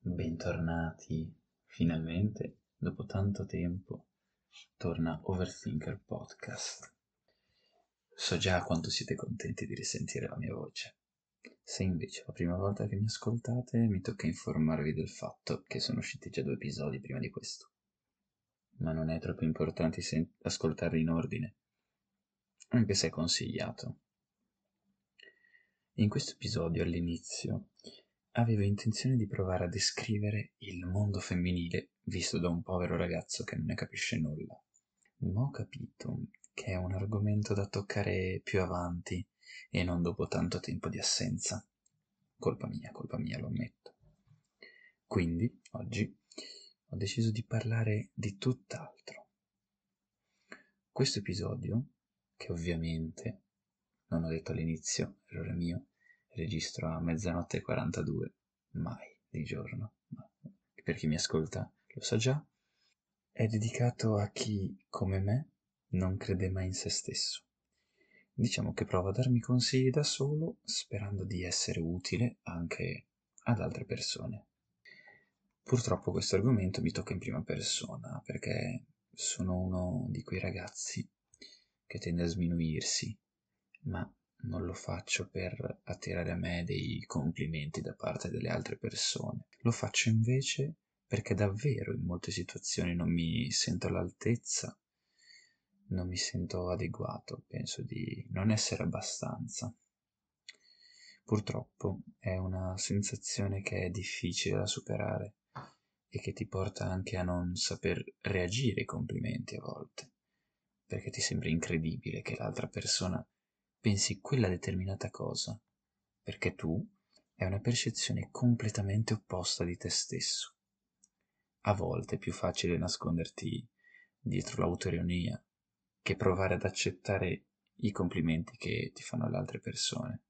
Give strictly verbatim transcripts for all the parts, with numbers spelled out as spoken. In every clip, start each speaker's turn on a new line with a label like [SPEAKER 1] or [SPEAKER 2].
[SPEAKER 1] Bentornati, finalmente, dopo tanto tempo, torna Overthinker Podcast. So già quanto siete contenti di risentire la mia voce. Se invece è la prima volta che mi ascoltate, mi tocca informarvi del fatto che sono usciti già due episodi prima di questo. Ma non è troppo importante sen- ascoltarli in ordine, anche se è consigliato. In questo episodio, all'inizio, avevo intenzione di provare a descrivere il mondo femminile visto da un povero ragazzo che non ne capisce nulla. Ma ho capito che è un argomento da toccare più avanti e non dopo tanto tempo di assenza. Colpa mia, colpa mia, lo ammetto. Quindi, oggi, ho deciso di parlare di tutt'altro. Questo episodio, che ovviamente, non ho detto all'inizio, errore mio, registro a mezzanotte e quarantadue, mai di giorno, ma per chi mi ascolta lo sa già, è dedicato a chi, come me, non crede mai in se stesso. Diciamo che provo a darmi consigli da solo, sperando di essere utile anche ad altre persone. Purtroppo questo argomento mi tocca in prima persona, perché sono uno di quei ragazzi che tende a sminuirsi, ma non lo faccio per attirare a me dei complimenti da parte delle altre persone. Lo faccio invece perché davvero in molte situazioni non mi sento all'altezza, non mi sento adeguato, penso di non essere abbastanza. Purtroppo è una sensazione che è difficile da superare e che ti porta anche a non saper reagire ai complimenti a volte, perché ti sembra incredibile che l'altra persona pensi quella determinata cosa, perché tu hai una percezione completamente opposta di te stesso. A volte è più facile nasconderti dietro l'autoironia che provare ad accettare i complimenti che ti fanno le altre persone.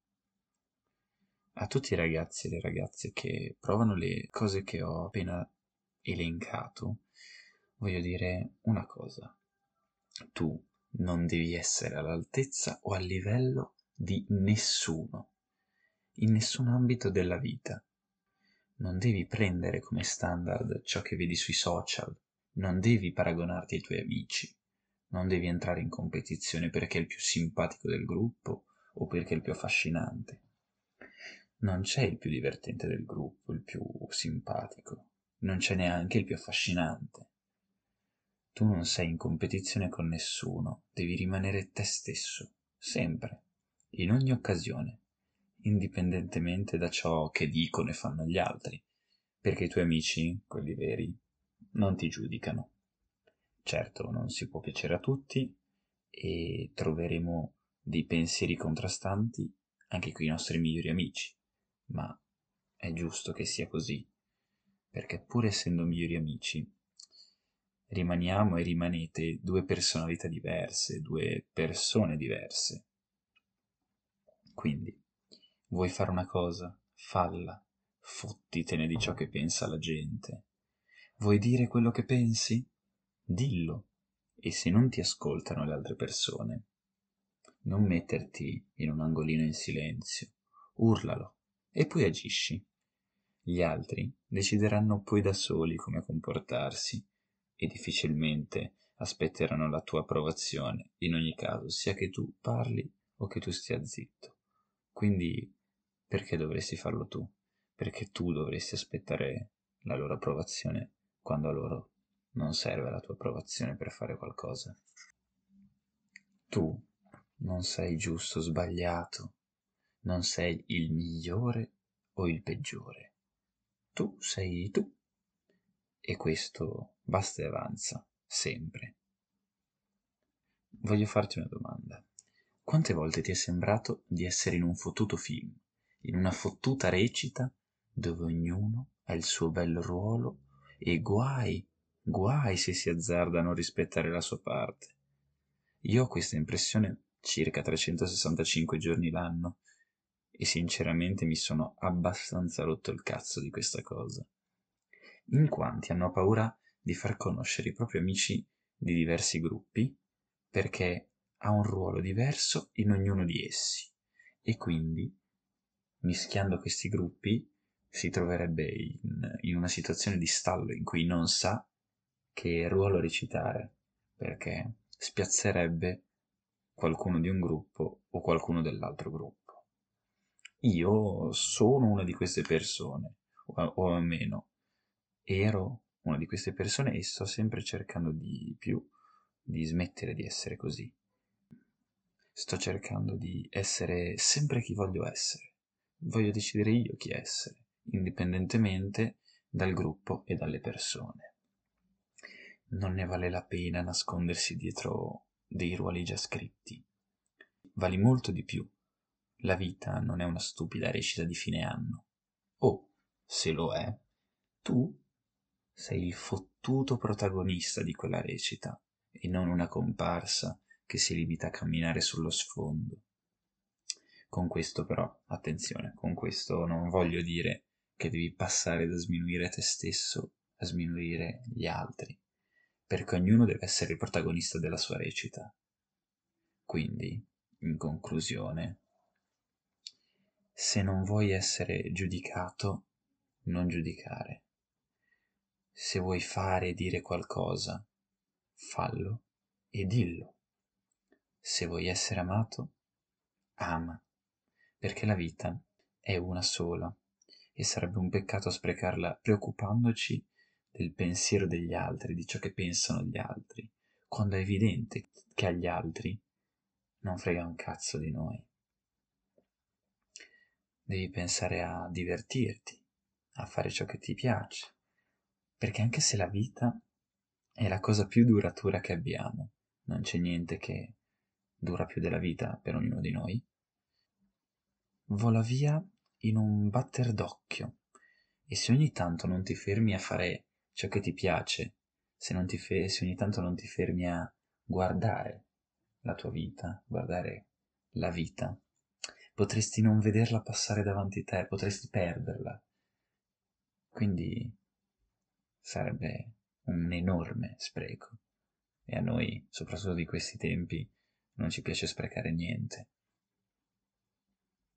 [SPEAKER 1] A tutti i ragazzi e le ragazze che provano le cose che ho appena elencato, voglio dire una cosa. Tu non devi essere all'altezza o a livello di nessuno, in nessun ambito della vita. Non devi prendere come standard ciò che vedi sui social, non devi paragonarti ai tuoi amici, non devi entrare in competizione perché è il più simpatico del gruppo o perché è il più affascinante. Non c'è il più divertente del gruppo, il più simpatico, non c'è neanche il più affascinante. Tu non sei in competizione con nessuno, devi rimanere te stesso, sempre, in ogni occasione, indipendentemente da ciò che dicono e fanno gli altri, perché i tuoi amici, quelli veri, non ti giudicano. Certo, non si può piacere a tutti e troveremo dei pensieri contrastanti anche con i nostri migliori amici, ma è giusto che sia così, perché pur essendo migliori amici, rimaniamo e rimanete due personalità diverse, due persone diverse. Quindi, vuoi fare una cosa? Falla, fottitene di ciò che pensa la gente. Vuoi dire quello che pensi? Dillo. E se non ti ascoltano le altre persone, non metterti in un angolino in silenzio, urlalo e poi agisci. Gli altri decideranno poi da soli come comportarsi e difficilmente aspetteranno la tua approvazione, in ogni caso, sia che tu parli o che tu stia zitto. Quindi perché dovresti farlo tu? Perché tu dovresti aspettare la loro approvazione quando a loro non serve la tua approvazione per fare qualcosa. Tu non sei giusto o sbagliato, non sei il migliore o il peggiore. Tu sei tu. E questo basta e avanza, sempre. Voglio farti una domanda. Quante volte ti è sembrato di essere in un fottuto film, in una fottuta recita, dove ognuno ha il suo bel ruolo e guai, guai se si azzarda a non rispettare la sua parte? Io ho questa impressione circa trecentosessantacinque giorni l'anno e sinceramente mi sono abbastanza rotto il cazzo di questa cosa. In quanti hanno paura di far conoscere i propri amici di diversi gruppi perché ha un ruolo diverso in ognuno di essi e quindi, mischiando questi gruppi, si troverebbe in, in una situazione di stallo in cui non sa che ruolo recitare, perché spiazzerebbe qualcuno di un gruppo o qualcuno dell'altro gruppo. Io sono una di queste persone, o, o almeno ero una di queste persone e sto sempre cercando di più di smettere di essere così. Sto cercando di essere sempre chi voglio essere. Voglio decidere io chi essere, indipendentemente dal gruppo e dalle persone. Non ne vale la pena nascondersi dietro dei ruoli già scritti. Vali molto di più. La vita non è una stupida recita di fine anno. O, se lo è, tu sei il fottuto protagonista di quella recita e non una comparsa che si limita a camminare sullo sfondo. Con questo però, attenzione, con questo non voglio dire che devi passare da sminuire te stesso a sminuire gli altri, perché ognuno deve essere il protagonista della sua recita. Quindi, in conclusione, se non vuoi essere giudicato, non giudicare. Se vuoi fare e dire qualcosa, fallo e dillo. Se vuoi essere amato, ama, perché la vita è una sola e sarebbe un peccato sprecarla preoccupandoci del pensiero degli altri, di ciò che pensano gli altri, quando è evidente che agli altri non frega un cazzo di noi. Devi pensare a divertirti, a fare ciò che ti piace, perché anche se la vita è la cosa più duratura che abbiamo, non c'è niente che dura più della vita per ognuno di noi, vola via in un batter d'occhio. E se ogni tanto non ti fermi a fare ciò che ti piace, se, non ti fe- se ogni tanto non ti fermi a guardare la tua vita, guardare la vita, potresti non vederla passare davanti a te, potresti perderla. Quindi sarebbe un enorme spreco. E a noi, soprattutto di questi tempi, non ci piace sprecare niente.